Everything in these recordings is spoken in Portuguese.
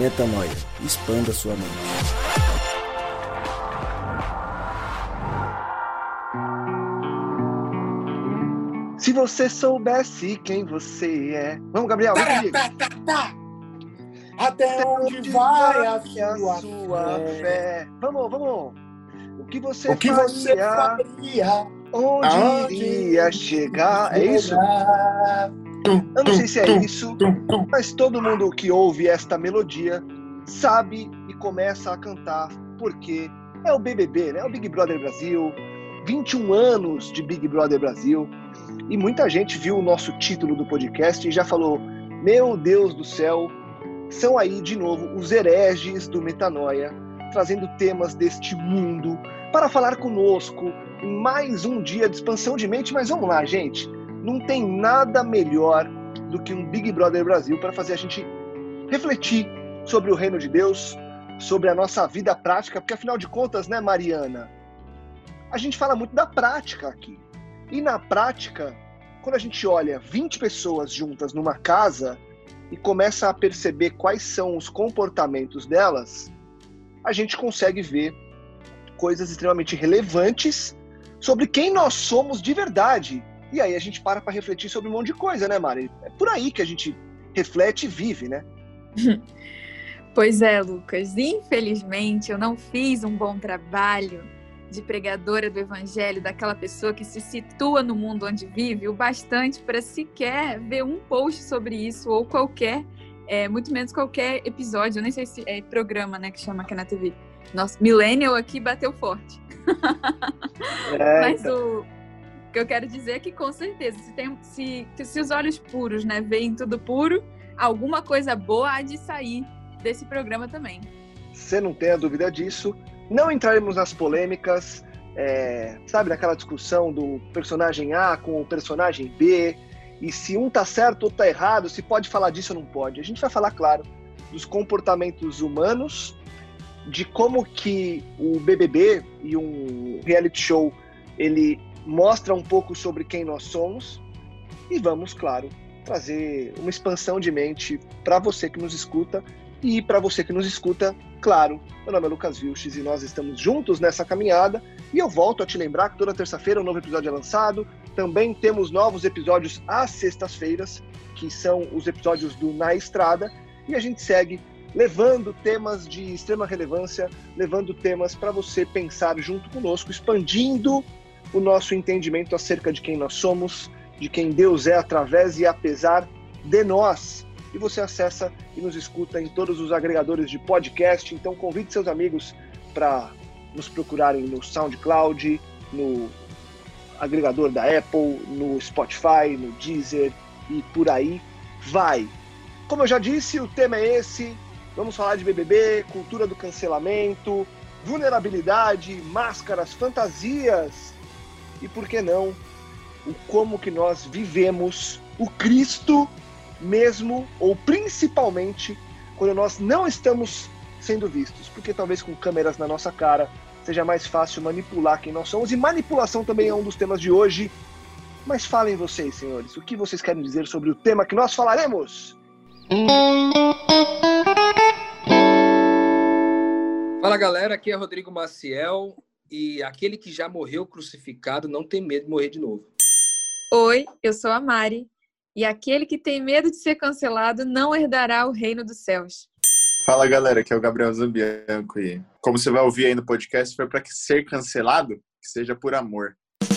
Metanoia. Expanda sua mente. Se você soubesse quem você é... Vamos, Gabriel, vem comigo. Até onde vai a sua fé? Vamos. O que você você faria? Onde iria chegar? É isso? Eu não sei se é isso, mas todo mundo que ouve esta melodia sabe e começa a cantar, porque é o BBB, né? É o Big Brother Brasil, 21 anos de Big Brother Brasil, e muita gente viu o nosso título do podcast e já falou, meu Deus do céu, são aí de novo os hereges do Metanoia, trazendo temas deste mundo para falar conosco em mais um dia de expansão de mente. Mas vamos lá, gente, não tem nada melhor do que um Big Brother Brasil para fazer a gente refletir sobre o reino de Deus, sobre a nossa vida prática, porque afinal de contas, né, Mariana, a gente fala muito da prática aqui. E na prática, quando a gente olha 20 pessoas juntas numa casa e começa a perceber quais são os comportamentos delas, a gente consegue ver coisas extremamente relevantes sobre quem nós somos de verdade. E aí a gente para refletir sobre um monte de coisa, né, Mari? É por aí que a gente reflete e vive, né? Pois é, Lucas. Infelizmente, eu não fiz um bom trabalho de pregadora do evangelho, daquela pessoa que se situa no mundo onde vive, o bastante para sequer ver um post sobre isso, ou qualquer, muito menos qualquer episódio. Eu nem sei se é programa, né, que chama aqui na TV. Nossa, Millennial aqui bateu forte. Mas o que eu quero dizer é que, com certeza, se os olhos puros, né, veem tudo puro, alguma coisa boa há de sair desse programa também. Você não tem a dúvida disso. Não entraremos nas polêmicas, sabe, naquela discussão do personagem A com o personagem B, e se um tá certo ou tá errado, se pode falar disso ou não pode. A gente vai falar, claro, dos comportamentos humanos, de como que o BBB e um reality show, ele mostra um pouco sobre quem nós somos, e vamos, claro, trazer uma expansão de mente para você que nos escuta, e para você que nos escuta, claro, meu nome é Lucas Vilches e nós estamos juntos nessa caminhada, e eu volto a te lembrar que toda terça-feira um novo episódio é lançado, também temos novos episódios às sextas-feiras, que são os episódios do Na Estrada, e a gente segue levando temas de extrema relevância, levando temas para você pensar junto conosco, expandindo o nosso entendimento acerca de quem nós somos, de quem Deus é através e apesar de nós. E você acessa e nos escuta em todos os agregadores de podcast, então convide seus amigos para nos procurarem no SoundCloud, no agregador da Apple, no Spotify, no Deezer e por aí vai. Como eu já disse, o tema é esse, vamos falar de BBB, cultura do cancelamento, vulnerabilidade, máscaras, fantasias e, por que não, o como que nós vivemos o Cristo mesmo, ou principalmente, quando nós não estamos sendo vistos, porque talvez com câmeras na nossa cara seja mais fácil manipular quem nós somos, e manipulação também é um dos temas de hoje. Mas falem vocês, senhores, o que vocês querem dizer sobre o tema que nós falaremos? Fala, galera, aqui é Rodrigo Maciel, e aquele que já morreu crucificado não tem medo de morrer de novo. Oi, eu sou a Mari. E aquele que tem medo de ser cancelado não herdará o reino dos céus. Fala, galera, aqui é o Gabriel Zambianco e como você vai ouvir aí no podcast, foi para ser cancelado, que seja por amor.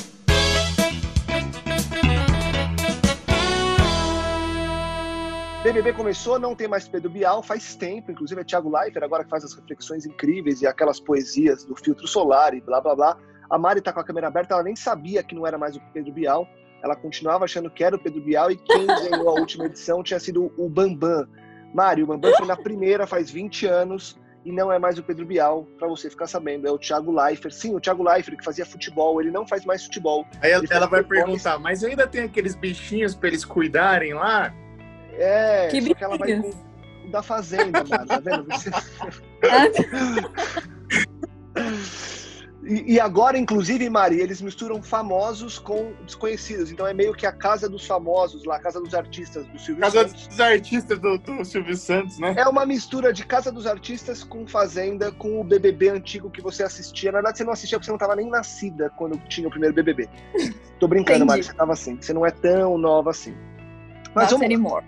BBB começou, não tem mais Pedro Bial, faz tempo, inclusive é Thiago Leifert agora que faz as reflexões incríveis e aquelas poesias do filtro solar e blá blá blá. A Mari tá com a câmera aberta, ela nem sabia que não era mais o Pedro Bial. Ela continuava achando que era o Pedro Bial e quem ganhou a última edição tinha sido o Bambam. Mário, o Bambam foi na primeira, faz 20 anos, e não é mais o Pedro Bial, pra você ficar sabendo, é o Thiago Leifert. Sim, o Thiago Leifert, que fazia futebol, ele não faz mais futebol. Aí ela vai perguntar, mas ainda tem aqueles bichinhos pra eles cuidarem lá? Que só que ela vai com o da Fazenda, Mário, tá vendo? E agora, inclusive, Mari, eles misturam famosos com desconhecidos. Então é meio que a casa dos famosos lá, a casa dos artistas do Silvio Santos. Casa dos artistas do Silvio Santos, né? É uma mistura de Casa dos Artistas com Fazenda, com o BBB antigo que você assistia. Na verdade, você não assistia porque você não estava nem nascida quando tinha o primeiro BBB. Tô brincando, Mari, você estava assim. Você não é tão nova assim. Mas Not anymore.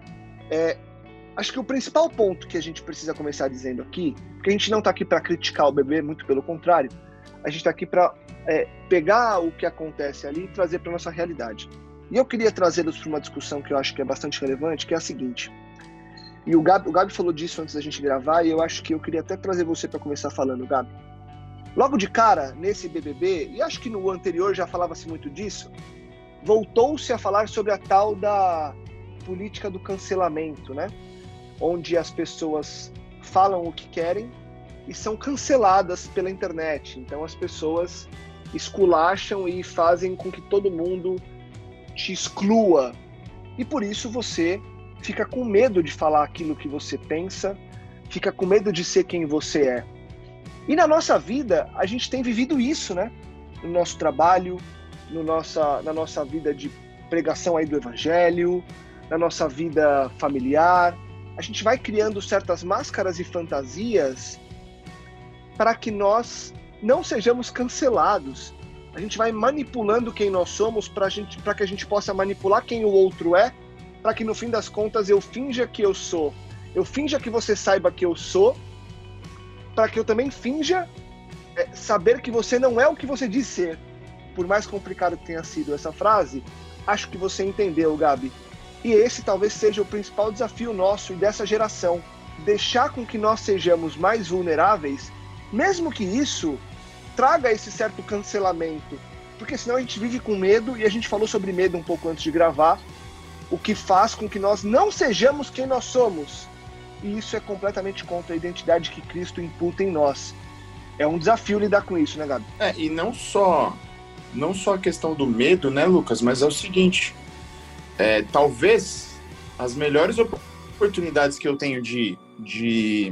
Acho que o principal ponto que a gente precisa começar dizendo aqui, porque a gente não está aqui para criticar o BBB, muito pelo contrário, a gente está aqui para pegar o que acontece ali e trazer para nossa realidade. E eu queria trazê-los para uma discussão que eu acho que é bastante relevante, que é a seguinte. E o Gabi falou disso antes da gente gravar, e eu acho que eu queria até trazer você para começar falando, Gabi. Logo de cara, nesse BBB, e acho que no anterior já falava-se muito disso, voltou-se a falar sobre a tal da política do cancelamento, né? Onde as pessoas falam o que querem e são canceladas pela internet. Então as pessoas esculacham e fazem com que todo mundo te exclua. E por isso você fica com medo de falar aquilo que você pensa, fica com medo de ser quem você é. E na nossa vida, a gente tem vivido isso, né? No nosso trabalho, na nossa vida de pregação aí do evangelho, na nossa vida familiar. A gente vai criando certas máscaras e fantasias para que nós não sejamos cancelados. A gente vai manipulando quem nós somos para que a gente possa manipular quem o outro é, para que no fim das contas eu finja que eu sou. Eu finja que você saiba que eu sou, para que eu também finja saber que você não é o que você diz ser. Por mais complicado que tenha sido essa frase, acho que você entendeu, Gabi. E esse talvez seja o principal desafio nosso e dessa geração. Deixar com que nós sejamos mais vulneráveis, mesmo que isso traga esse certo cancelamento. Porque senão a gente vive com medo, e a gente falou sobre medo um pouco antes de gravar, o que faz com que nós não sejamos quem nós somos. E isso é completamente contra a identidade que Cristo imputa em nós. É um desafio lidar com isso, né, Gabi? E não só a questão do medo, né, Lucas, mas é o seguinte, talvez as melhores oportunidades que eu tenho de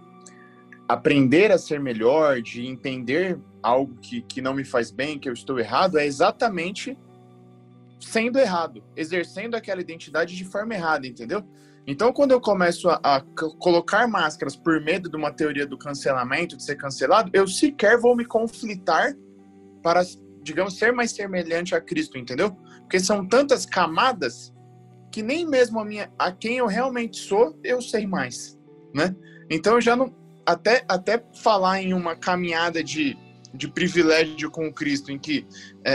aprender a ser melhor, de entender algo que não me faz bem, que eu estou errado, é exatamente sendo errado, exercendo aquela identidade de forma errada, entendeu? Então, quando eu começo a colocar máscaras por medo de uma teoria do cancelamento, de ser cancelado, eu sequer vou me conflitar para, digamos, ser mais semelhante a Cristo, entendeu? Porque são tantas camadas que nem mesmo a quem eu realmente sou, eu sei mais, né? Então, eu já não... Até falar em uma caminhada de privilégio com Cristo, em que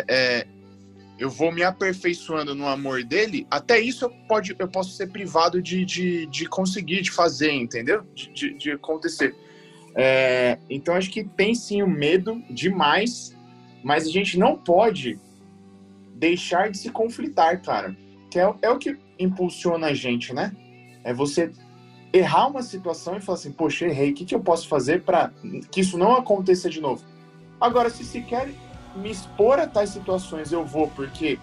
eu vou me aperfeiçoando no amor dele, até isso eu posso ser privado de conseguir, de fazer, entendeu? De acontecer. Então, acho que tem sim o medo demais, mas a gente não pode deixar de se conflitar, cara. Que é o que impulsiona a gente, né? É você errar uma situação e falar assim, poxa, errei, o que eu posso fazer para que isso não aconteça de novo? Agora, se quer me expor a tais situações, eu vou, porque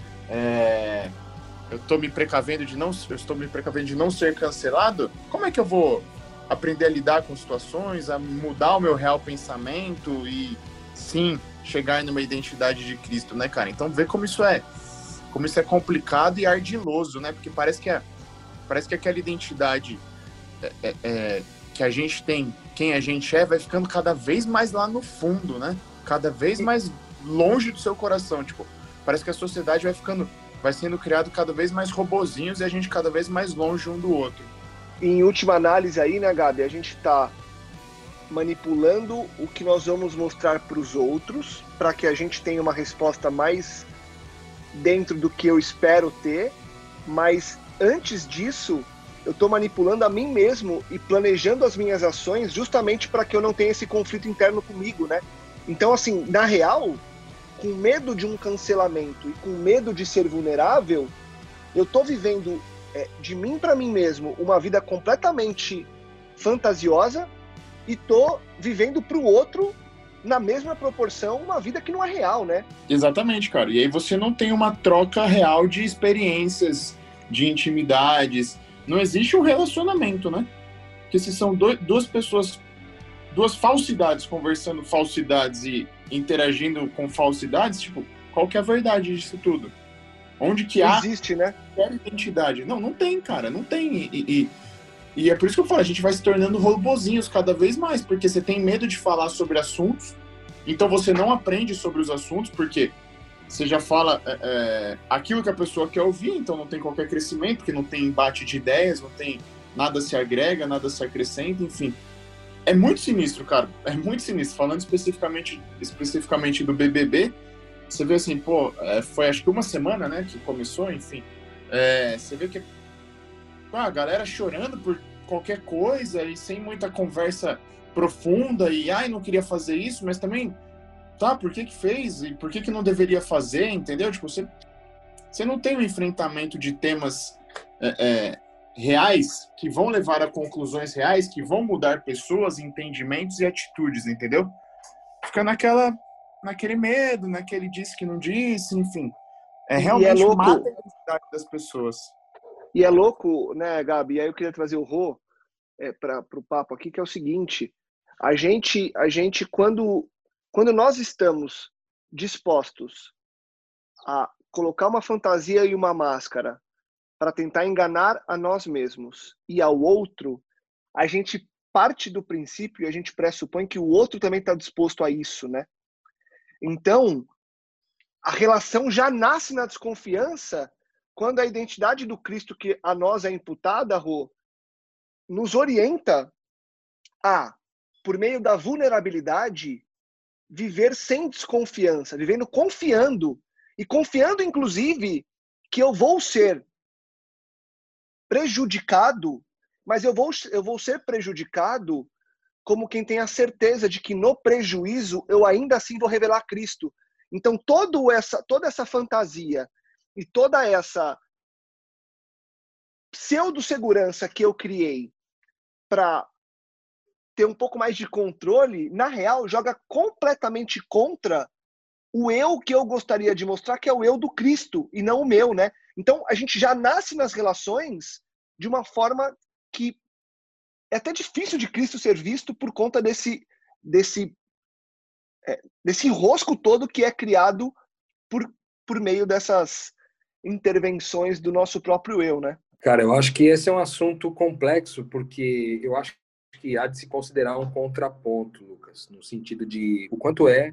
eu estou me precavendo de não ser cancelado, como é que eu vou aprender a lidar com situações, a mudar o meu real pensamento e, sim, chegar numa identidade de Cristo, né, cara? Então, vê como isso é complicado e ardiloso, né? Porque parece que aquela identidade que a gente tem, quem a gente vai ficando cada vez mais lá no fundo, né? Cada vez mais longe do seu coração. Tipo, parece que a sociedade vai sendo criado cada vez mais robozinhos e a gente cada vez mais longe um do outro. Em última análise aí, né, Gabi, a gente tá manipulando o que nós vamos mostrar para os outros, para que a gente tenha uma resposta mais dentro do que eu espero ter, mas antes disso, eu estou manipulando a mim mesmo e planejando as minhas ações justamente para que eu não tenha esse conflito interno comigo, né? Então, assim, na real, com medo de um cancelamento e com medo de ser vulnerável, eu estou vivendo de mim para mim mesmo uma vida completamente fantasiosa e estou vivendo para o outro, na mesma proporção, uma vida que não é real, né? Exatamente, cara. E aí você não tem uma troca real de experiências, de intimidades. Não existe um relacionamento, né? Porque se são duas pessoas, duas falsidades conversando falsidades e interagindo com falsidades, tipo, qual que é a verdade disso tudo? Onde que Não há existe, né? qualquer identidade? Não tem, cara, não tem. E é por isso que eu falo, a gente vai se tornando robozinhos cada vez mais, porque você tem medo de falar sobre assuntos, então você não aprende sobre os assuntos, porque você já fala aquilo que a pessoa quer ouvir, então não tem qualquer crescimento, porque não tem embate de ideias, não tem nada se agrega, nada se acrescenta, enfim. É muito sinistro, cara, é muito sinistro. Falando especificamente do BBB, você vê assim, pô, foi acho que uma semana, né, que começou, enfim, você vê que a galera chorando por qualquer coisa e sem muita conversa profunda e, não queria fazer isso, mas também, tá, por que fez e por que não deveria fazer, entendeu? Tipo, você não tem um enfrentamento de temas reais que vão levar a conclusões reais, que vão mudar pessoas, entendimentos e atitudes, entendeu? Fica naquele medo, naquele disse que não disse, enfim. E é Realmente louco, mata a identidade das pessoas. e é louco, né, Gabi? E aí eu queria trazer o Rô para o papo aqui, que é o seguinte: a gente quando nós estamos dispostos a colocar uma fantasia e uma máscara para tentar enganar a nós mesmos e ao outro, a gente parte do princípio e a gente pressupõe que o outro também está disposto a isso, né? Então, a relação já nasce na desconfiança quando a identidade do Cristo que a nós é imputada, Rô, nos orienta a, por meio da vulnerabilidade, viver sem desconfiança, vivendo confiando, e confiando, inclusive, que eu vou ser prejudicado, mas eu vou ser prejudicado como quem tem a certeza de que no prejuízo eu ainda assim vou revelar Cristo. Então toda essa fantasia e toda essa pseudo-segurança que eu criei para ter um pouco mais de controle, na real, joga completamente contra o eu que eu gostaria de mostrar, que é o eu do Cristo, e não o meu, né? Então, a gente já nasce nas relações de uma forma que é até difícil de Cristo ser visto por conta desse enrosco todo que é criado por meio dessas intervenções do nosso próprio eu, né? Cara, eu acho que esse é um assunto complexo, porque eu acho que há de se considerar um contraponto, Lucas, no sentido de o quanto é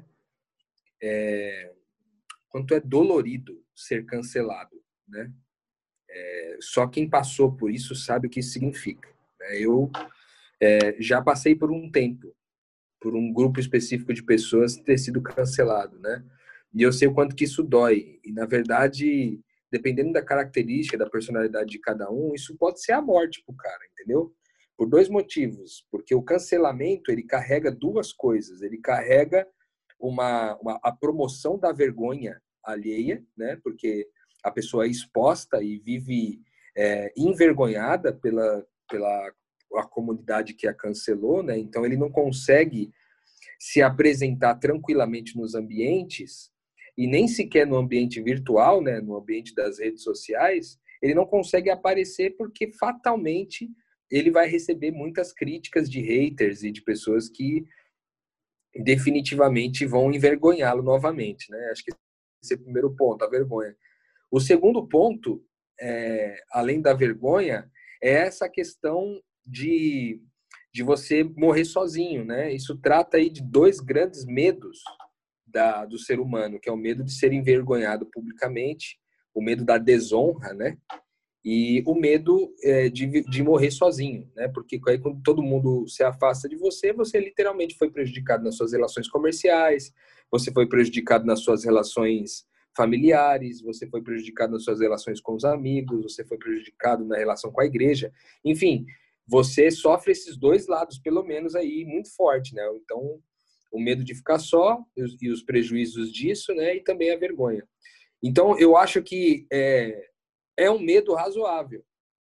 dolorido ser cancelado, né? Só quem passou por isso sabe o que isso significa, né? Eu já passei por um tempo, por um grupo específico de pessoas ter sido cancelado, né? E eu sei o quanto que isso dói. E, na verdade, dependendo da característica, da personalidade de cada um, isso pode ser a morte pro cara, entendeu? Por dois motivos. Porque o cancelamento, ele carrega duas coisas. Ele carrega a promoção da vergonha alheia, né? Porque a pessoa é exposta e vive envergonhada pela a comunidade que a cancelou, né? Então ele não consegue se apresentar tranquilamente nos ambientes e nem sequer no ambiente virtual, né? No ambiente das redes sociais, ele não consegue aparecer porque fatalmente ele vai receber muitas críticas de haters e de pessoas que definitivamente vão envergonhá-lo novamente, né? Acho que esse é o primeiro ponto, a vergonha. O segundo ponto, além da vergonha, é essa questão de você morrer sozinho, né? Isso trata aí de dois grandes medos do ser humano, que é o medo de ser envergonhado publicamente, o medo da desonra, né? E o medo de morrer sozinho, né? Porque aí, quando todo mundo se afasta de você, você literalmente foi prejudicado nas suas relações comerciais, você foi prejudicado nas suas relações familiares, você foi prejudicado nas suas relações com os amigos, você foi prejudicado na relação com a igreja. Enfim, você sofre esses dois lados, pelo menos, aí, muito forte, né? Então, o medo de ficar só e os prejuízos disso, né? E também a vergonha. Então, eu acho que é um medo razoável.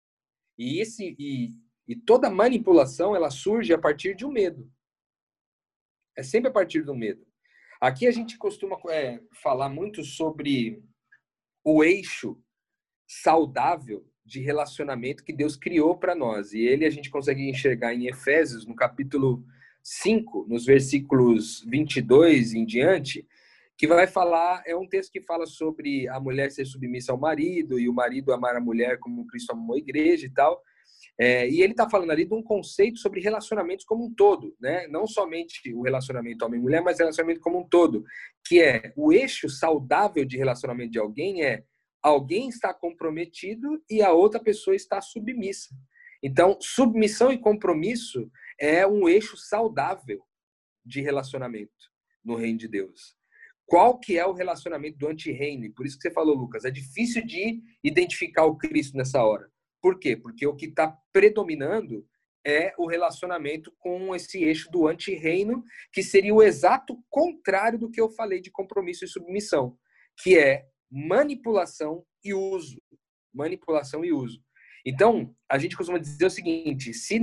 E toda manipulação, ela surge a partir de um medo. É sempre a partir do medo. Aqui a gente costuma falar muito sobre o eixo saudável de relacionamento que Deus criou para nós. E ele a gente consegue enxergar em Efésios, no capítulo 5, nos versículos 22 em diante, que vai falar, é um texto que fala sobre a mulher ser submissa ao marido e o marido amar a mulher como Cristo amou a igreja e tal. E ele está falando ali de um conceito sobre relacionamentos como um todo, né? Não somente o relacionamento homem-mulher, mas relacionamento como um todo, que é o eixo saudável de relacionamento de alguém alguém está comprometido e a outra pessoa está submissa. Então, submissão e compromisso é um eixo saudável de relacionamento no reino de Deus. Qual que é o relacionamento do anti-reino? Por isso que você falou, Lucas, é difícil de identificar o Cristo nessa hora. Por quê? Porque o que está predominando é o relacionamento com esse eixo do anti-reino, que seria o exato contrário do que eu falei de compromisso e submissão, que é manipulação e uso. Manipulação e uso. Então, a gente costuma dizer o seguinte, se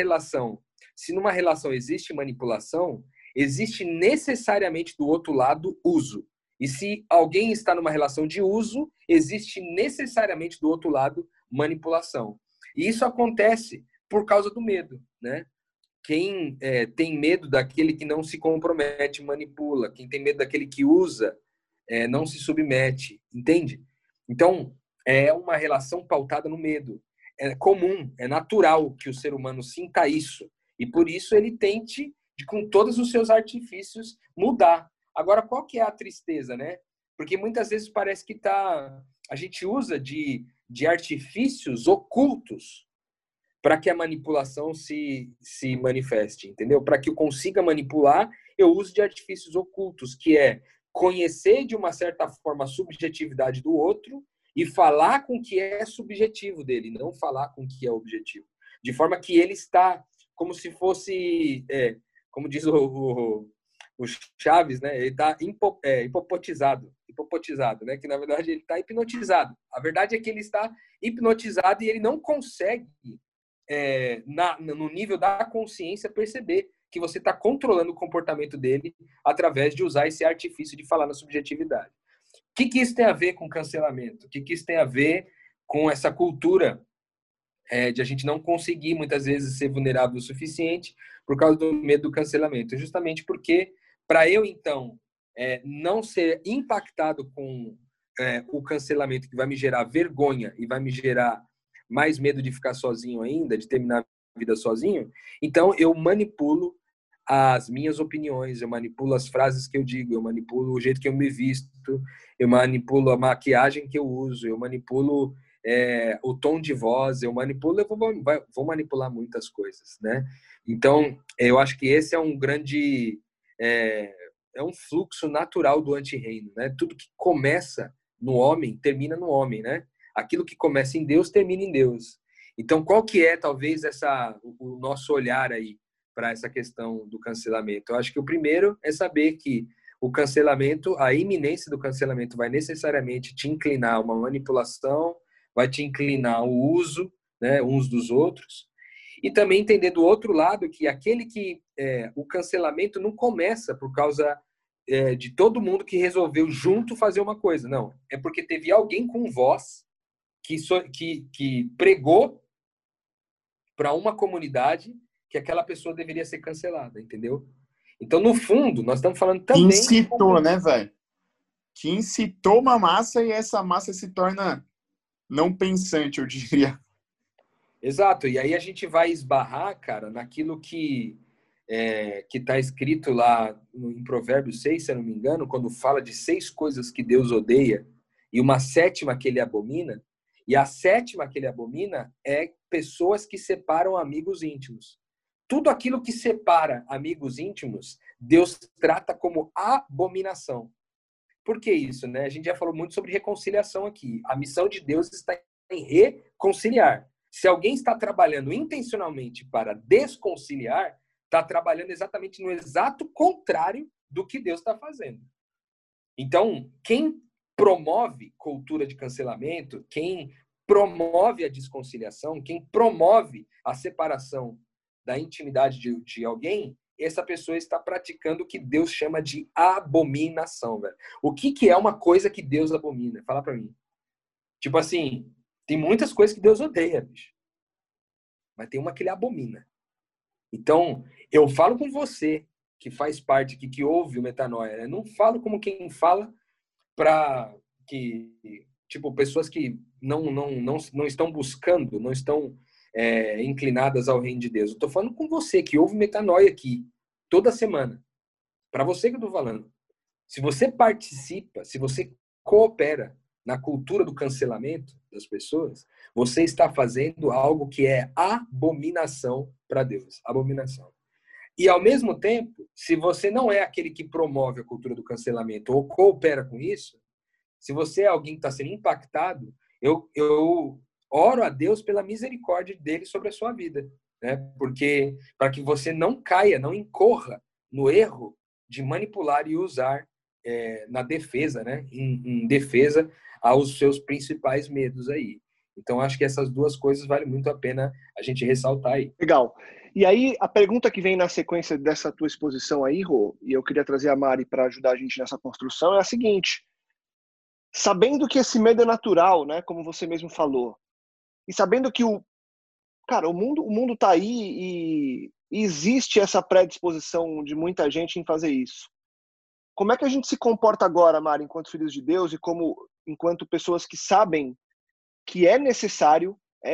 numa relação existe manipulação, existe necessariamente do outro lado uso. E se alguém está numa relação de uso, existe necessariamente do outro lado manipulação. E isso acontece por causa do medo, né? Quem tem medo daquele que não se compromete, manipula. Quem tem medo daquele que usa, não se submete. Entende? Então, é uma relação pautada no medo. É comum, é natural que o ser humano sinta isso. E por isso ele tente, com todos os seus artifícios, mudar. Agora, qual que é a tristeza, né? Porque muitas vezes parece que a gente usa de artifícios ocultos para que a manipulação se manifeste, entendeu? Para que eu consiga manipular, eu uso de artifícios ocultos, que é conhecer de uma certa forma a subjetividade do outro e falar com o que é subjetivo dele, não falar com o que é objetivo. De forma que ele está como se fosse, como diz o Chaves, né? Ele está hipopotizado, né? Que na verdade ele está hipnotizado. A verdade é que ele está hipnotizado e ele não consegue, no nível da consciência, perceber que você está controlando o comportamento dele através de usar esse artifício de falar na subjetividade. O que isso tem a ver com cancelamento? O que isso tem a ver com essa cultura de a gente não conseguir, muitas vezes, ser vulnerável o suficiente por causa do medo do cancelamento? Justamente porque, para eu, então, não ser impactado com o cancelamento, que vai me gerar vergonha e vai me gerar mais medo de ficar sozinho ainda, de terminar a vida sozinho, então eu manipulo as minhas opiniões, eu manipulo as frases que eu digo, eu manipulo o jeito que eu me visto, eu manipulo a maquiagem que eu uso, eu manipulo o tom de voz, eu vou manipular muitas coisas, né? Então, eu acho que esse é um grande... é um fluxo natural do anti-reino, né? Tudo que começa no homem, termina no homem, né? Aquilo que começa em Deus, termina em Deus. Então, qual que é, talvez, o nosso olhar aí para essa questão do cancelamento? Eu acho que o primeiro é saber que o cancelamento, a iminência do cancelamento vai necessariamente te inclinar a uma manipulação, vai te inclinar ao uso, né, uns dos outros. E também entender do outro lado que o cancelamento não começa por causa de todo mundo que resolveu junto fazer uma coisa. Não, é porque teve alguém com voz que pregou para uma comunidade que aquela pessoa deveria ser cancelada, entendeu? Então, no fundo, nós estamos falando também... Que incitou, né, velho? Que incitou uma massa e essa massa se torna não pensante, eu diria. Exato. E aí a gente vai esbarrar, cara, naquilo que está escrito lá em Provérbios 6, se eu não me engano, quando fala de 6 coisas que Deus odeia e uma 7ª que ele abomina. E a 7ª que ele abomina é pessoas que separam amigos íntimos. Tudo aquilo que separa amigos íntimos, Deus trata como abominação. Por que isso, né? A gente já falou muito sobre reconciliação aqui. A missão de Deus está em reconciliar. Se alguém está trabalhando intencionalmente para desconciliar, está trabalhando exatamente no exato contrário do que Deus está fazendo. Então, quem promove cultura de cancelamento, quem promove a desconciliação, quem promove a separação da intimidade de alguém, essa pessoa está praticando o que Deus chama de abominação, velho. O que é uma coisa que Deus abomina? Fala pra mim. Tipo assim, tem muitas coisas que Deus odeia, bicho. Mas tem uma que ele abomina. Então, eu falo com você, que faz parte, que ouve o Metanoia, né? Não falo como quem fala para que, tipo, pessoas que não estão buscando, não estão inclinadas ao reino de Deus. Eu estou falando com você, que ouve Metanoia aqui, toda semana. Para você que eu estou falando. Se você participa, se você coopera na cultura do cancelamento das pessoas, você está fazendo algo que é abominação para Deus. Abominação. E, ao mesmo tempo, se você não é aquele que promove a cultura do cancelamento ou coopera com isso, se você é alguém que está sendo impactado, eu oro a Deus pela misericórdia dele sobre a sua vida. Né? Porque para que você não caia, não incorra no erro de manipular e usar na defesa, né? Em defesa aos seus principais medos aí. Então, acho que essas duas coisas vale muito a pena a gente ressaltar aí. Legal. E aí, a pergunta que vem na sequência dessa tua exposição aí, Rô, e eu queria trazer a Mari para ajudar a gente nessa construção, é a seguinte. Sabendo que esse medo é natural, né, como você mesmo falou, e sabendo que o mundo tá aí e existe essa predisposição de muita gente em fazer isso. Como é que a gente se comporta agora, Mari, enquanto filhos de Deus e enquanto pessoas que sabem que é necessário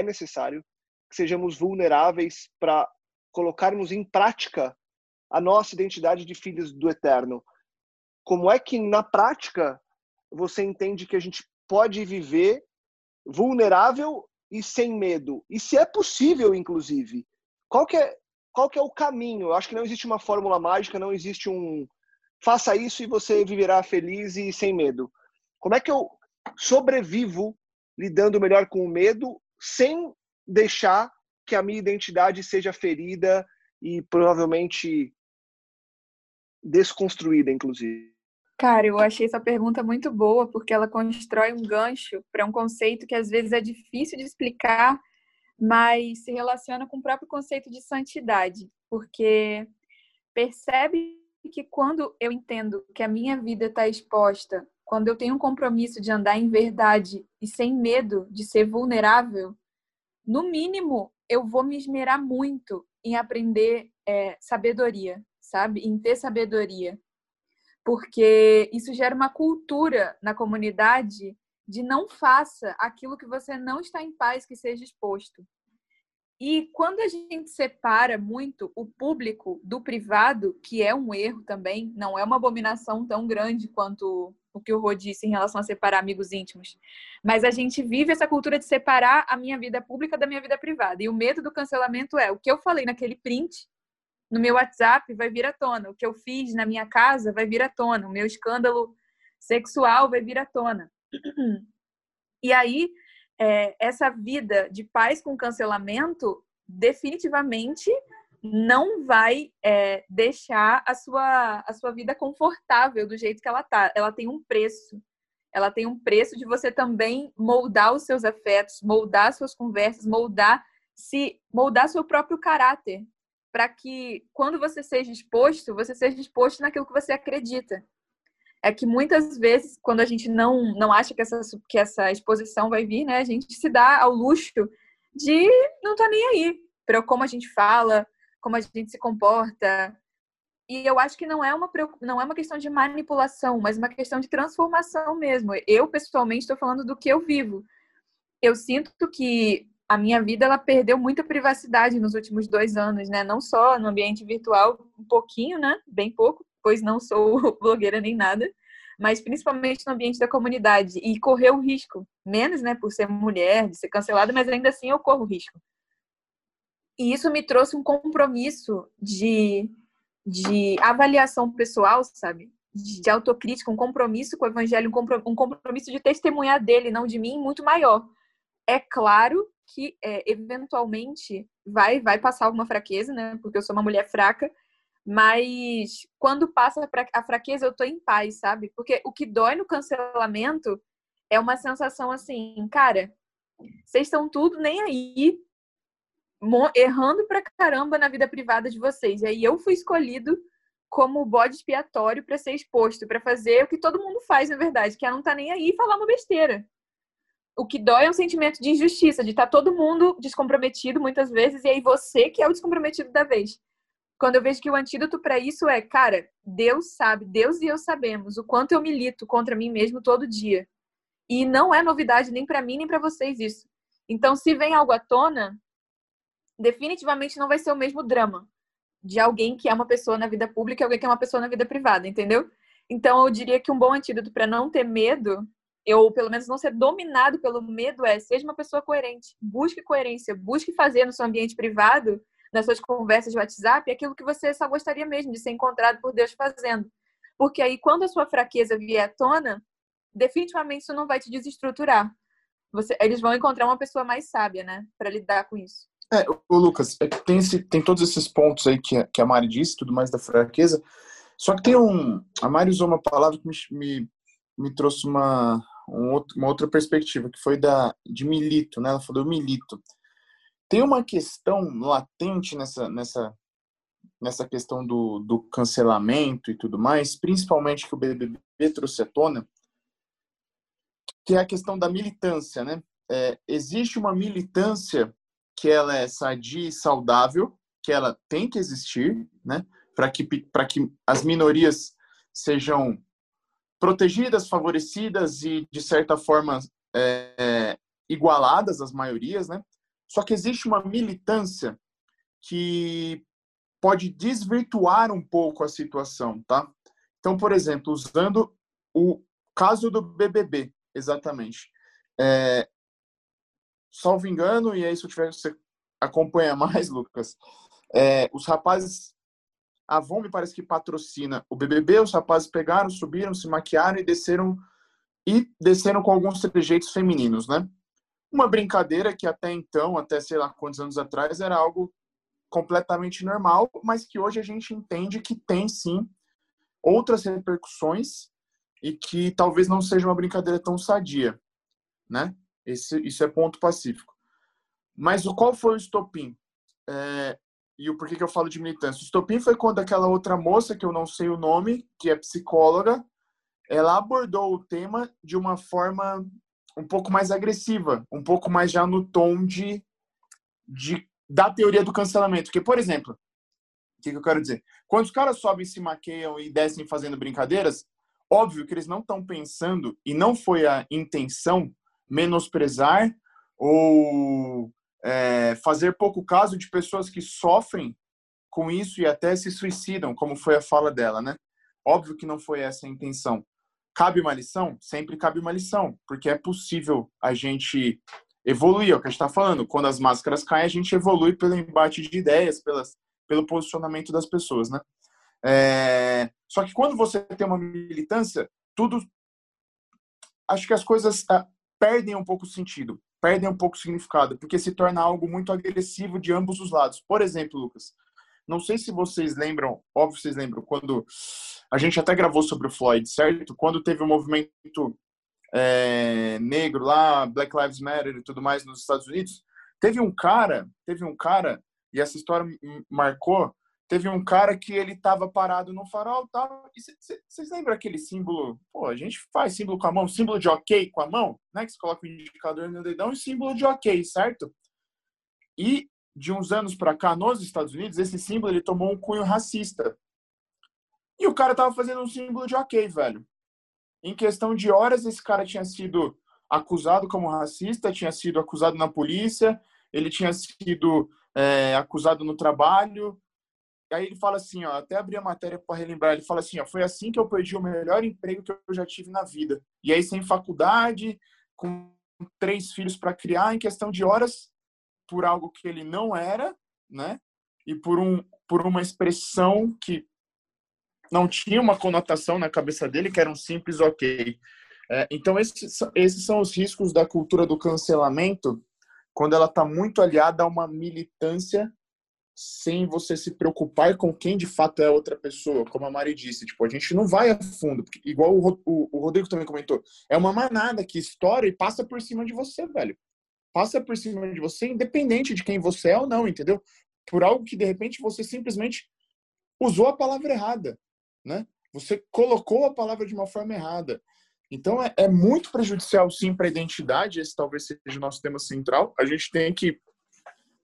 que sejamos vulneráveis para colocarmos em prática a nossa identidade de filhos do Eterno? Como é que, na prática, você entende que a gente pode viver vulnerável e sem medo? E se é possível, inclusive, qual que é o caminho? Eu acho que não existe uma fórmula mágica, não existe faça isso e você viverá feliz e sem medo. Como é que eu sobrevivo lidando melhor com o medo sem deixar que a minha identidade seja ferida e provavelmente desconstruída, inclusive? Cara, eu achei essa pergunta muito boa, porque ela constrói um gancho para um conceito que às vezes é difícil de explicar, mas se relaciona com o próprio conceito de santidade, porque percebe que quando eu entendo que a minha vida está exposta, quando eu tenho um compromisso de andar em verdade e sem medo de ser vulnerável, no mínimo eu vou me esmerar muito em aprender sabedoria, sabe? Em ter sabedoria. Porque isso gera uma cultura na comunidade de não faça aquilo que você não está em paz que seja exposto. E quando a gente separa muito o público do privado, que é um erro também, não é uma abominação tão grande quanto o que o Rô disse em relação a separar amigos íntimos, mas a gente vive essa cultura de separar a minha vida pública da minha vida privada. E o medo do cancelamento é o que eu falei naquele print no meu WhatsApp vai vir à tona, o que eu fiz na minha casa vai vir à tona, o meu escândalo sexual vai vir à tona. E aí, essa vida de paz com cancelamento definitivamente não vai deixar a sua vida confortável do jeito que ela tá. Ela tem um preço. Ela tem um preço de você também moldar os seus afetos, moldar suas conversas, moldar seu próprio caráter, para que quando você seja exposto naquilo que você acredita. É que muitas vezes, quando a gente não acha que essa exposição vai vir, né, a gente se dá ao luxo de não tá nem aí para como a gente fala, como a gente se comporta. E eu acho que não é uma questão de manipulação, mas uma questão de transformação mesmo. Eu, pessoalmente, estou falando do que eu vivo. Eu sinto que a minha vida ela perdeu muita privacidade nos últimos 2 anos, né? Não só no ambiente virtual, um pouquinho, né? Bem pouco, pois não sou blogueira nem nada, mas principalmente no ambiente da comunidade. E correu o risco, menos, né? Por ser mulher, de ser cancelada, mas ainda assim eu corro risco. E isso me trouxe um compromisso de avaliação pessoal, sabe? De autocrítica, um compromisso com o evangelho, um compromisso de testemunhar dele, não de mim, muito maior. É claro que eventualmente vai passar alguma fraqueza, né? Porque eu sou uma mulher fraca, mas quando passa a fraqueza eu tô em paz, sabe? Porque o que dói no cancelamento é uma sensação assim, cara, vocês estão tudo nem aí, errando pra caramba na vida privada de vocês. E aí eu fui escolhido como bode expiatório para ser exposto, para fazer o que todo mundo faz, na verdade, que é não estar nem aí e falar uma besteira. O que dói é um sentimento de injustiça, de estar todo mundo descomprometido muitas vezes, e aí você que é o descomprometido da vez. Quando eu vejo que o antídoto para isso é, cara, Deus sabe, Deus e eu sabemos o quanto eu milito contra mim mesmo todo dia. E não é novidade nem para mim nem para vocês isso. Então, se vem algo à tona, definitivamente não vai ser o mesmo drama de alguém que é uma pessoa na vida pública e alguém que é uma pessoa na vida privada, entendeu? Então, eu diria que um bom antídoto para não ter medo, ou pelo menos não ser dominado pelo medo, seja uma pessoa coerente. Busque coerência, busque fazer no seu ambiente privado, nas suas conversas de WhatsApp, aquilo que você só gostaria mesmo de ser encontrado por Deus fazendo. Porque aí, quando a sua fraqueza vier à tona, definitivamente isso não vai te desestruturar. Eles vão encontrar uma pessoa mais sábia, né? Para lidar com isso. O Lucas, tem todos esses pontos aí que a Mari disse, tudo mais da fraqueza. Só que a Mari usou uma palavra que me trouxe uma outra perspectiva, que foi de milito, né? Ela falou milito. Tem uma questão latente nessa questão do cancelamento e tudo mais, principalmente que o BBB trouxe à tona, que é a questão da militância, né? Existe uma militância que ela é sadia e saudável, que ela tem que existir, né? Para que as minorias sejam protegidas, favorecidas e, de certa forma, igualadas às maiorias, né? Só que existe uma militância que pode desvirtuar um pouco a situação, tá? Então, por exemplo, usando o caso do BBB, exatamente. Salvo engano, e aí se eu tiver, você acompanha mais, Lucas, os rapazes, a Avon me parece que patrocina o BBB, os rapazes pegaram, subiram, se maquiaram e desceram com alguns trejeitos femininos, né? Uma brincadeira que até então, até sei lá quantos anos atrás, era algo completamente normal, mas que hoje a gente entende que tem sim outras repercussões e que talvez não seja uma brincadeira tão sadia, né? Isso é ponto pacífico. Mas qual foi o estopim? E o porquê que eu falo de militância? O estopim foi quando aquela outra moça, que eu não sei o nome, que é psicóloga, ela abordou o tema de uma forma um pouco mais agressiva, um pouco mais já no tom da teoria do cancelamento. Porque, por exemplo, o que eu quero dizer? Quando os caras sobem, se maquiam e descem fazendo brincadeiras, óbvio que eles não estão pensando, e não foi a intenção, menosprezar ou fazer pouco caso de pessoas que sofrem com isso e até se suicidam, como foi a fala dela, né? Óbvio que não foi essa a intenção. Cabe uma lição? Sempre cabe uma lição, porque é possível a gente evoluir, é o que a gente está falando. Quando as máscaras caem, a gente evolui pelo embate de ideias, pelo posicionamento das pessoas, né? Só que quando você tem uma militância, acho que as coisas perdem um pouco o sentido, perdem um pouco o significado, porque se torna algo muito agressivo de ambos os lados. Por exemplo, Lucas, não sei se vocês lembram, óbvio que vocês lembram, quando a gente até gravou sobre o Floyd, certo? Quando teve o movimento negro lá, Black Lives Matter e tudo mais nos Estados Unidos, teve um cara, e essa história marcou, teve um cara que ele estava parado no farol, tal, e vocês lembram aquele símbolo? Pô, a gente faz símbolo com a mão, símbolo de ok com a mão, né? Que você coloca o indicador no dedão e símbolo de ok, certo? E de uns anos para cá, nos Estados Unidos, esse símbolo ele tomou um cunho racista. E o cara tava fazendo um símbolo de ok, velho. Em questão de horas, esse cara tinha sido acusado como racista, tinha sido acusado na polícia, ele tinha sido acusado no trabalho. E aí ele fala assim, ó, até abri a matéria para relembrar, ele fala assim, ó, foi assim que eu perdi o melhor emprego que eu já tive na vida. E aí sem faculdade, com 3 filhos para criar, em questão de horas, por algo que ele não era, né? E por uma expressão que não tinha uma conotação na cabeça dele, que era um simples ok. Então esses são os riscos da cultura do cancelamento, quando ela está muito aliada a uma militância sem você se preocupar com quem de fato é a outra pessoa, como a Mari disse. Tipo, a gente não vai a fundo, porque, igual o Rodrigo também comentou, é uma manada que estoura e passa por cima de você, velho. Passa por cima de você, independente de quem você é ou não, entendeu? Por algo que, de repente, você simplesmente usou a palavra errada, né? Você colocou a palavra de uma forma errada. Então, é muito prejudicial, sim, para a identidade. Esse talvez seja o nosso tema central. A gente tem que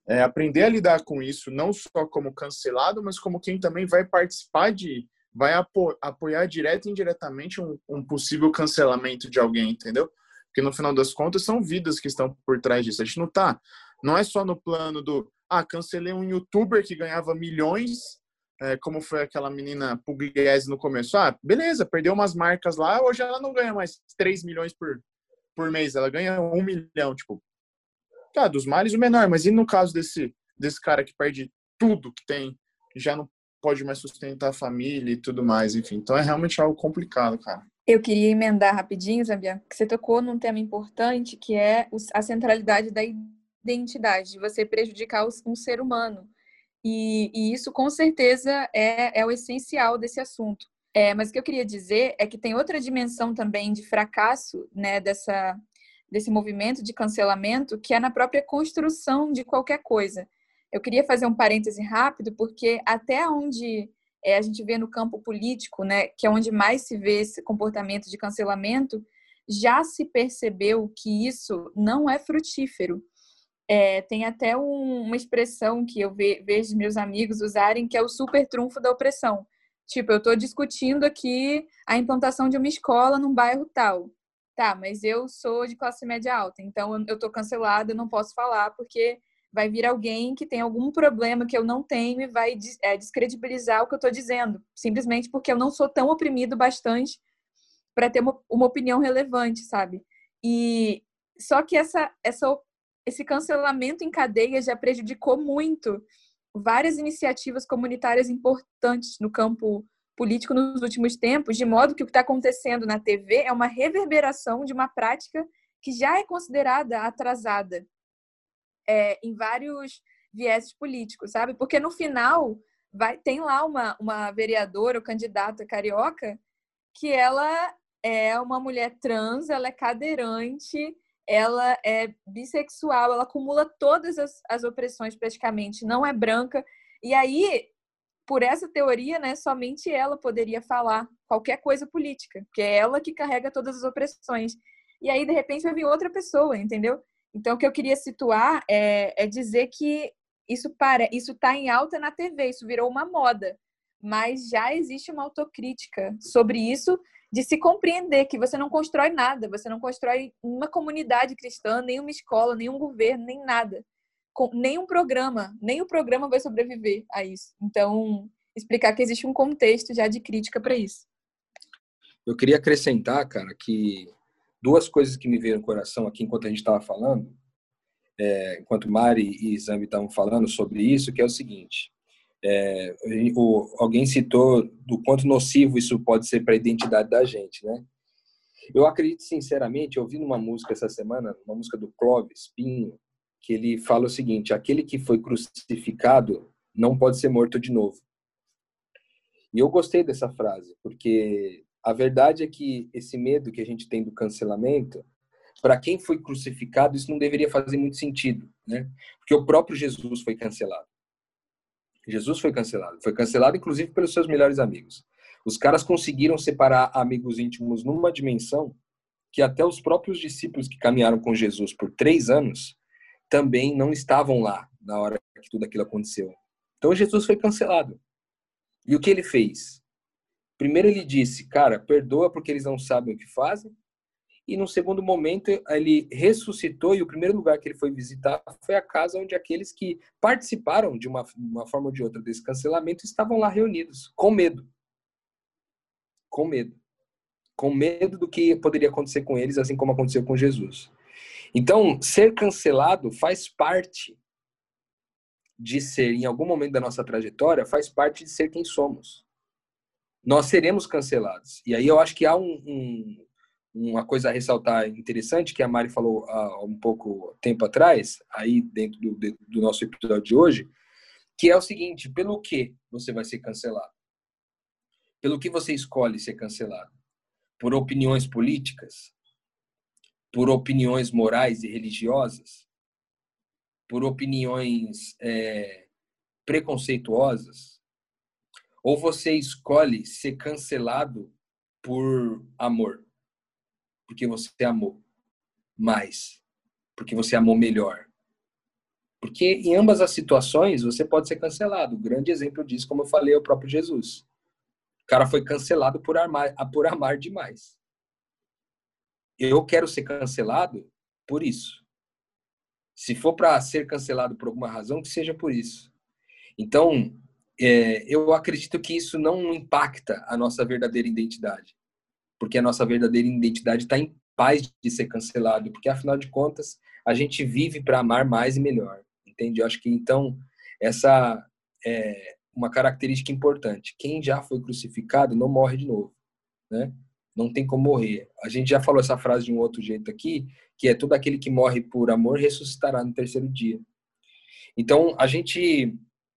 aprender a lidar com isso, não só como cancelado, mas como quem também vai participar vai apoiar direto e indiretamente um possível cancelamento de alguém, entendeu? Porque no final das contas são vidas que estão por trás disso. A gente não é só no plano cancelei um youtuber que ganhava milhões, como foi aquela menina Pugliese no começo. Beleza, perdeu umas marcas lá, hoje ela não ganha mais 3 milhões por mês, ela ganha 1 milhão, tipo, dos males o menor, mas e no caso desse cara que perde tudo que tem, já não pode mais sustentar a família e tudo mais, enfim. Então é realmente algo complicado, cara. Eu queria emendar rapidinho, Zambian, que você tocou num tema importante, que é a centralidade da identidade, de você prejudicar um ser humano. E isso, com certeza, é o essencial desse assunto. Mas o que eu queria dizer é que tem outra dimensão também de fracasso, né, desse movimento de cancelamento, que é na própria construção de qualquer coisa. Eu queria fazer um parêntese rápido, porque até onde a gente vê no campo político, né, que é onde mais se vê esse comportamento de cancelamento, já se percebeu que isso não é frutífero. Tem até uma expressão que eu vejo meus amigos usarem, que é o super trunfo da opressão. Tipo, eu estou discutindo aqui a implantação de uma escola num bairro tal. Tá, mas eu sou de classe média alta, então eu estou cancelada, eu não posso falar, porque vai vir alguém que tem algum problema que eu não tenho e vai descredibilizar o que eu estou dizendo, simplesmente porque eu não sou tão oprimido bastante para ter uma opinião relevante, sabe? E só que esse cancelamento em cadeia já prejudicou muito várias iniciativas comunitárias importantes no campo político nos últimos tempos, de modo que o que está acontecendo na TV é uma reverberação de uma prática que já é considerada atrasada em vários viéses políticos, sabe? Porque no final tem lá uma vereadora ou candidata carioca que ela é uma mulher trans, ela é cadeirante, ela é bissexual, ela acumula todas as opressões praticamente, não é branca. E aí, por essa teoria, né, somente ela poderia falar qualquer coisa política, porque é ela que carrega todas as opressões. E aí, de repente, vai vir outra pessoa, entendeu? Então, o que eu queria situar é dizer que isso está em alta na TV, isso virou uma moda, mas já existe uma autocrítica sobre isso, de se compreender que você não constrói nada, você não constrói uma comunidade cristã, nem uma escola, nem um governo, nem nada. Nem um programa, nem o programa vai sobreviver a isso. Então, explicar que existe um contexto já de crítica para isso. Eu queria acrescentar, cara, que 2 coisas que me veio no coração aqui enquanto a gente estava falando, enquanto Mari e Zambi estavam falando sobre isso, que é o seguinte: alguém citou do quanto nocivo isso pode ser para a identidade da gente, né? Eu acredito sinceramente, eu ouvi numa música essa semana, uma música do Clóvis Pinho, que ele fala o seguinte: aquele que foi crucificado não pode ser morto de novo. E eu gostei dessa frase, porque a verdade é que esse medo que a gente tem do cancelamento, para quem foi crucificado, isso não deveria fazer muito sentido, né? Porque o próprio Jesus foi cancelado. Jesus foi cancelado inclusive pelos seus melhores amigos. Os caras conseguiram separar amigos íntimos numa dimensão que até os próprios discípulos que caminharam com Jesus por 3 anos também não estavam lá na hora que tudo aquilo aconteceu. Então Jesus foi cancelado. E o que ele fez? Primeiro ele disse, cara, perdoa porque eles não sabem o que fazem. E no segundo momento ele ressuscitou e o primeiro lugar que ele foi visitar foi a casa onde aqueles que participaram de uma forma ou de outra desse cancelamento estavam lá reunidos, com medo. Com medo. Com medo do que poderia acontecer com eles, assim como aconteceu com Jesus. Então, ser cancelado faz parte de ser, em algum momento da nossa trajetória, faz parte de ser quem somos. Nós seremos cancelados. E aí eu acho que há uma coisa a ressaltar interessante, que a Mari falou há um pouco tempo atrás, aí dentro do nosso episódio de hoje, que é o seguinte: pelo que você vai ser cancelado? Pelo que você escolhe ser cancelado? Por opiniões políticas? Por opiniões morais e religiosas? Por opiniões preconceituosas? Ou você escolhe ser cancelado por amor? Porque você amou mais, porque você amou melhor, Porque em ambas as situações você pode ser cancelado. O grande exemplo disso, como eu falei, é o próprio Jesus. O cara foi cancelado por amar demais. Eu quero ser cancelado por isso. Se for para ser cancelado por alguma razão, que seja por isso. Então, eu acredito que isso não impacta a nossa verdadeira identidade. Porque a nossa verdadeira identidade está em paz de ser cancelado. Porque, afinal de contas, a gente vive para amar mais e melhor. Entende? Eu acho que, então, essa é uma característica importante. Quem já foi crucificado não morre de novo, né? Não tem como morrer. A gente já falou essa frase de um outro jeito aqui, que é todo aquele que morre por amor ressuscitará no terceiro dia. Então, a gente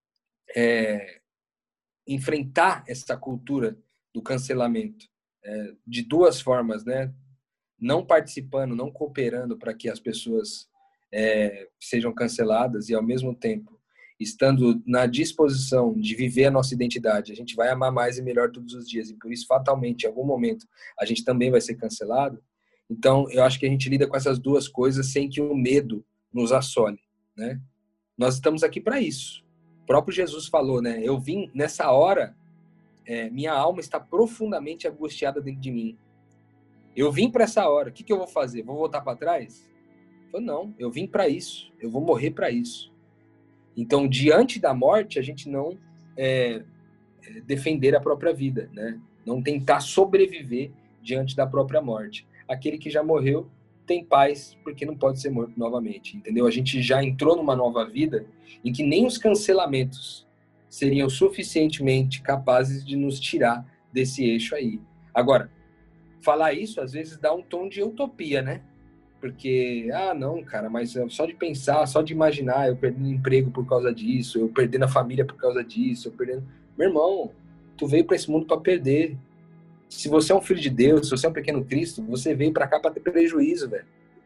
enfrentar essa cultura do cancelamento de duas formas, né? Não participando, não cooperando para que as pessoas sejam canceladas e, ao mesmo tempo, estando na disposição de viver a nossa identidade, a gente vai amar mais e melhor todos os dias, e por isso, fatalmente, em algum momento, a gente também vai ser cancelado. Então, eu acho que a gente lida com essas duas coisas sem que o medo nos assole, né? Nós estamos aqui para isso. O próprio Jesus falou, né? Eu vim nessa hora, minha alma está profundamente angustiada dentro de mim. Eu vim para essa hora, o que eu vou fazer? Vou voltar para trás? Eu falei, não, eu vim para isso, eu vou morrer para isso. Então, diante da morte, a gente não defender a própria vida, né? Não tentar sobreviver diante da própria morte. Aquele que já morreu tem paz, porque não pode ser morto novamente, entendeu? A gente já entrou numa nova vida em que nem os cancelamentos seriam suficientemente capazes de nos tirar desse eixo aí. Agora, falar isso às vezes dá um tom de utopia, né? Porque, não, cara, mas só de pensar, só de imaginar, eu perdendo emprego por causa disso, eu perdendo a família por causa disso, eu perdendo... Meu irmão, tu veio para esse mundo para perder. Se você é um filho de Deus, se você é um pequeno Cristo, você veio para cá para ter prejuízo, velho.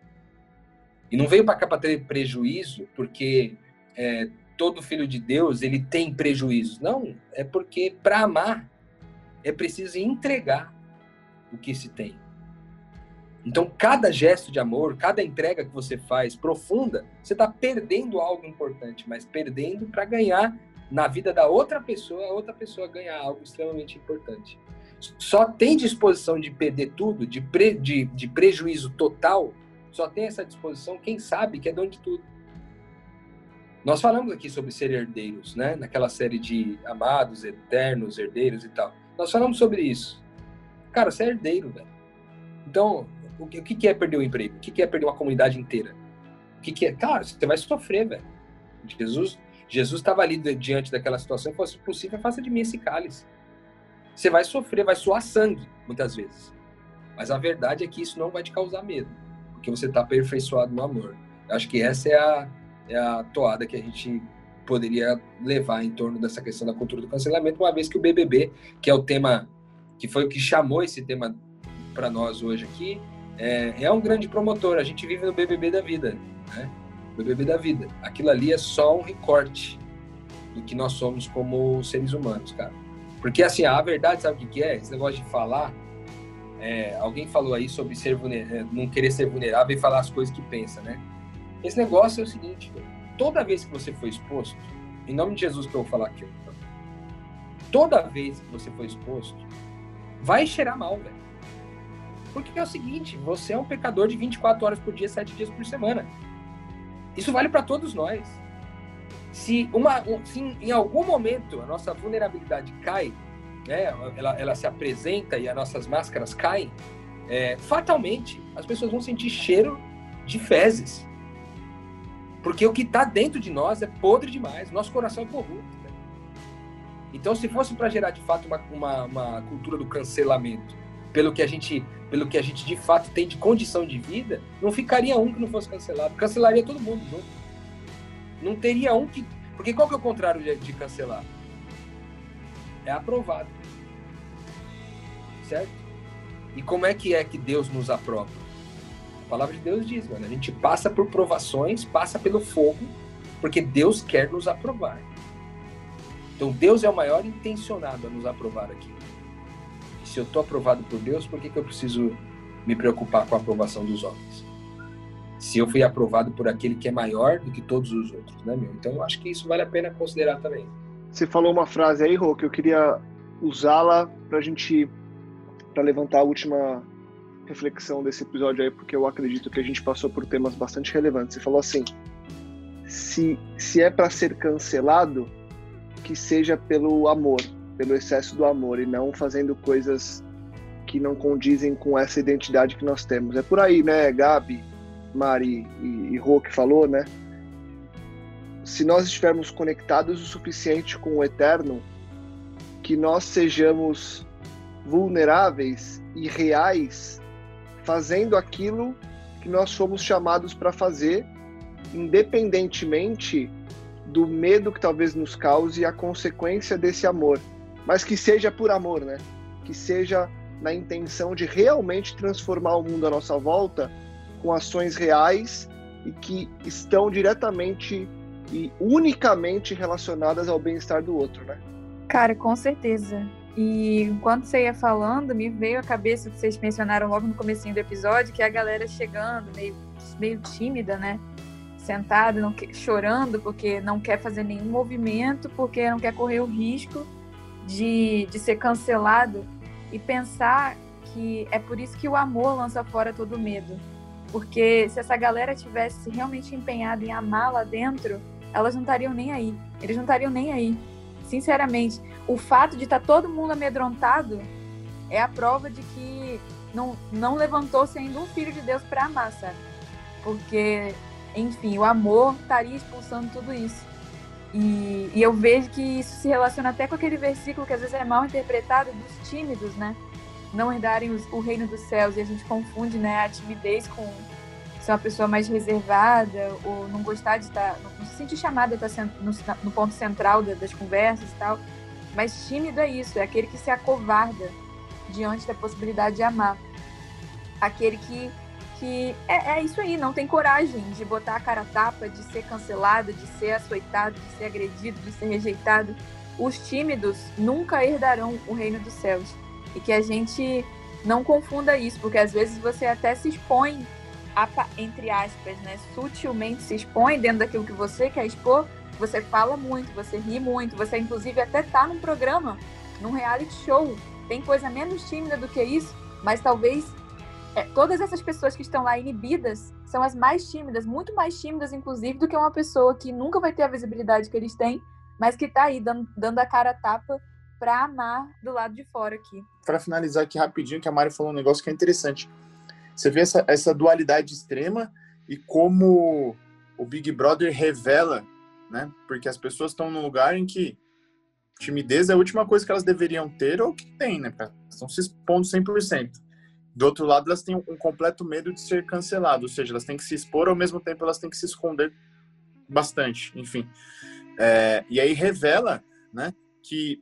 E não veio para cá para ter prejuízo porque todo filho de Deus, ele tem prejuízo. Não, é porque para amar é preciso entregar o que se tem. Então, cada gesto de amor, cada entrega que você faz profunda, você está perdendo algo importante, mas perdendo para ganhar na vida da outra pessoa, a outra pessoa ganhar algo extremamente importante. Só tem disposição de perder tudo, de prejuízo total, só tem essa disposição quem sabe que é dono de tudo. Nós falamos aqui sobre ser herdeiros, né? Naquela série de amados, eternos, herdeiros e tal. Nós falamos sobre isso. Cara, você é herdeiro, velho. Então, o que é perder o emprego? O que é perder uma comunidade inteira? O que é? Cara, você vai sofrer, velho. Jesus estava ali diante daquela situação e falou, se possível, faça de mim esse cálice. Você vai sofrer, vai suar sangue, muitas vezes. Mas a verdade é que isso não vai te causar medo, porque você está aperfeiçoado no amor. Eu acho que essa é a toada que a gente poderia levar em torno dessa questão da cultura do cancelamento, uma vez que o BBB, que é o tema, que foi o que chamou esse tema para nós hoje aqui, é um grande promotor. A gente vive no BBB da vida, né? BBB da vida. Aquilo ali é só um recorte do que nós somos como seres humanos, cara. Porque, assim, a verdade, sabe o que é? Esse negócio de falar... alguém falou aí sobre não querer ser vulnerável e falar as coisas que pensa, né? Esse negócio é o seguinte, toda vez que você for exposto, em nome de Jesus que eu vou falar aqui, toda vez que você for exposto, vai cheirar mal, velho. Porque é o seguinte, você é um pecador de 24 horas por dia, 7 dias por semana. Isso vale para todos nós. Se em algum momento a nossa vulnerabilidade cai, né, ela se apresenta e as nossas máscaras caem, fatalmente as pessoas vão sentir cheiro de fezes. Porque o que está dentro de nós é podre demais, nosso coração é corrupto. Né? Então, se fosse para gerar de fato uma cultura do cancelamento, pelo que a gente de fato tem de condição de vida, não ficaria um que não fosse cancelado. Cancelaria todo mundo junto. Não teria um que... Porque qual que é o contrário de cancelar? É aprovado. Certo? E como é que Deus nos aprova? A palavra de Deus diz, mano, a gente passa por provações, passa pelo fogo, porque Deus quer nos aprovar. Então Deus é o maior intencionado a nos aprovar aqui. E se eu estou aprovado por Deus, por que eu preciso me preocupar com a aprovação dos homens? se eu fui aprovado por aquele que é maior do que todos os outros, né, meu? Então, eu acho que isso vale a pena considerar também. Você falou uma frase aí, Rô, que eu queria usá-la para levantar a última reflexão desse episódio aí, porque eu acredito que a gente passou por temas bastante relevantes. Você falou assim, se é para ser cancelado, que seja pelo amor, pelo excesso do amor, e não fazendo coisas que não condizem com essa identidade que nós temos. É por aí, né, Gabi, Mari e Rô que falou, né? Se nós estivermos conectados o suficiente com o Eterno, que nós sejamos vulneráveis e reais, fazendo aquilo que nós fomos chamados para fazer, independentemente do medo que talvez nos cause a consequência desse amor, mas que seja por amor, né? Que seja na intenção de realmente transformar o mundo à nossa volta com ações reais e que estão diretamente e unicamente relacionadas ao bem-estar do outro, né? Cara, com certeza. E enquanto você ia falando, me veio à cabeça que vocês mencionaram logo no comecinho do episódio, que é a galera chegando meio tímida, né? Sentada, chorando porque não quer fazer nenhum movimento, porque não quer correr o risco de ser cancelado, e pensar que é por isso que o amor lança fora todo medo. Porque se essa galera tivesse realmente empenhada em amar lá dentro, elas não estariam nem aí. Eles não estariam nem aí. Sinceramente, o fato de estar todo mundo amedrontado é a prova de que não levantou-se ainda um filho de Deus para amar, sabe? Porque, enfim, o amor estaria expulsando tudo isso. E eu vejo que isso se relaciona até com aquele versículo que às vezes é mal interpretado dos tímidos, né? Não herdarem o reino dos céus, e a gente confunde, né, a timidez com ser uma pessoa mais reservada, ou não gostar de estar, não se sentir chamada a estar no ponto central das conversas e tal. Mas tímido é isso, é aquele que se acovarda diante da possibilidade de amar. Aquele que é isso aí, não tem coragem de botar a cara a tapa, de ser cancelado, de ser açoitado, de ser agredido, de ser rejeitado. Os tímidos nunca herdarão o reino dos céus. E que a gente não confunda isso, porque às vezes você até se expõe, entre aspas, né, sutilmente se expõe dentro daquilo que você quer expor, você fala muito, você ri muito, você inclusive até tá num programa, num reality show, tem coisa menos tímida do que isso, mas talvez todas essas pessoas que estão lá inibidas são as mais tímidas, muito mais tímidas inclusive do que uma pessoa que nunca vai ter a visibilidade que eles têm, mas que tá aí dando a cara a tapa para amar do lado de fora aqui. Para finalizar aqui rapidinho, que a Mari falou um negócio que é interessante. Você vê essa dualidade extrema e como o Big Brother revela, né? Porque as pessoas estão num lugar em que timidez é a última coisa que elas deveriam ter ou que tem, né? Estão se expondo 100%. Do outro lado, elas têm um completo medo de ser cancelado, ou seja, elas têm que se expor, ao mesmo tempo elas têm que se esconder bastante, enfim. E aí revela, né, que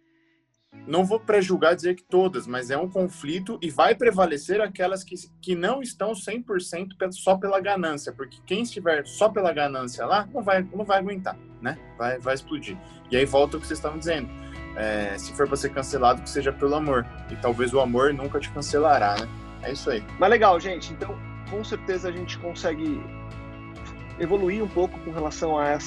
não vou prejulgar dizer que todas, mas é um conflito e vai prevalecer aquelas que não estão 100% só pela ganância, porque quem estiver só pela ganância lá não vai aguentar, né? Vai explodir. E aí volta o que vocês estavam dizendo. Se for para ser cancelado, que seja pelo amor. E talvez o amor nunca te cancelará, né? É isso aí. Mas legal, gente. Então, com certeza a gente consegue evoluir um pouco com relação a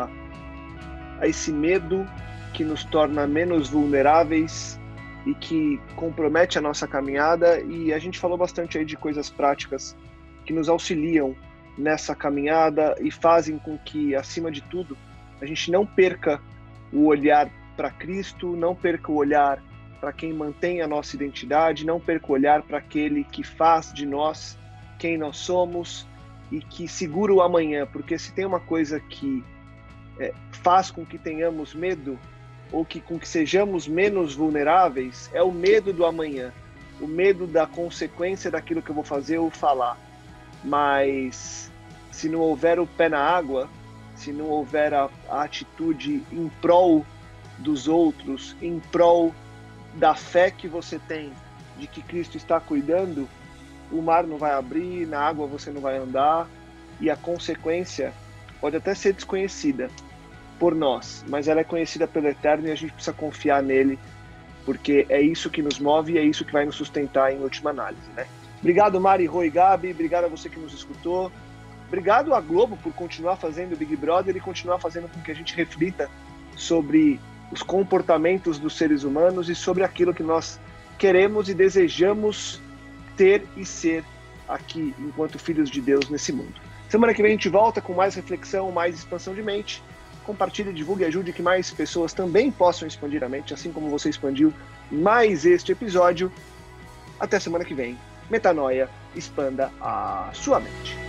esse medo que nos torna menos vulneráveis e que compromete a nossa caminhada. E a gente falou bastante aí de coisas práticas que nos auxiliam nessa caminhada e fazem com que, acima de tudo, a gente não perca o olhar para Cristo, não perca o olhar para quem mantém a nossa identidade, não perca o olhar para aquele que faz de nós quem nós somos e que segura o amanhã, porque se tem uma coisa que faz com que tenhamos medo, ou com que sejamos menos vulneráveis, é o medo do amanhã, o medo da consequência daquilo que eu vou fazer ou falar. Mas se não houver o pé na água, se não houver a atitude em prol dos outros, em prol da fé que você tem de que Cristo está cuidando, o mar não vai abrir, na água você não vai andar, e a consequência pode até ser desconhecida por nós, mas ela é conhecida pelo Eterno e a gente precisa confiar nele, porque é isso que nos move e é isso que vai nos sustentar em última análise, né? Obrigado, Mari, Rô e Gabi, obrigado a você que nos escutou. Obrigado à Globo por continuar fazendo o Big Brother e continuar fazendo com que a gente reflita sobre os comportamentos dos seres humanos e sobre aquilo que nós queremos e desejamos ter e ser aqui enquanto filhos de Deus nesse mundo. Semana que vem a gente volta com mais reflexão, mais expansão de mente. Compartilhe, divulgue e ajude que mais pessoas também possam expandir a mente, assim como você expandiu mais este episódio. Até semana que vem. Metanoia, expanda a sua mente.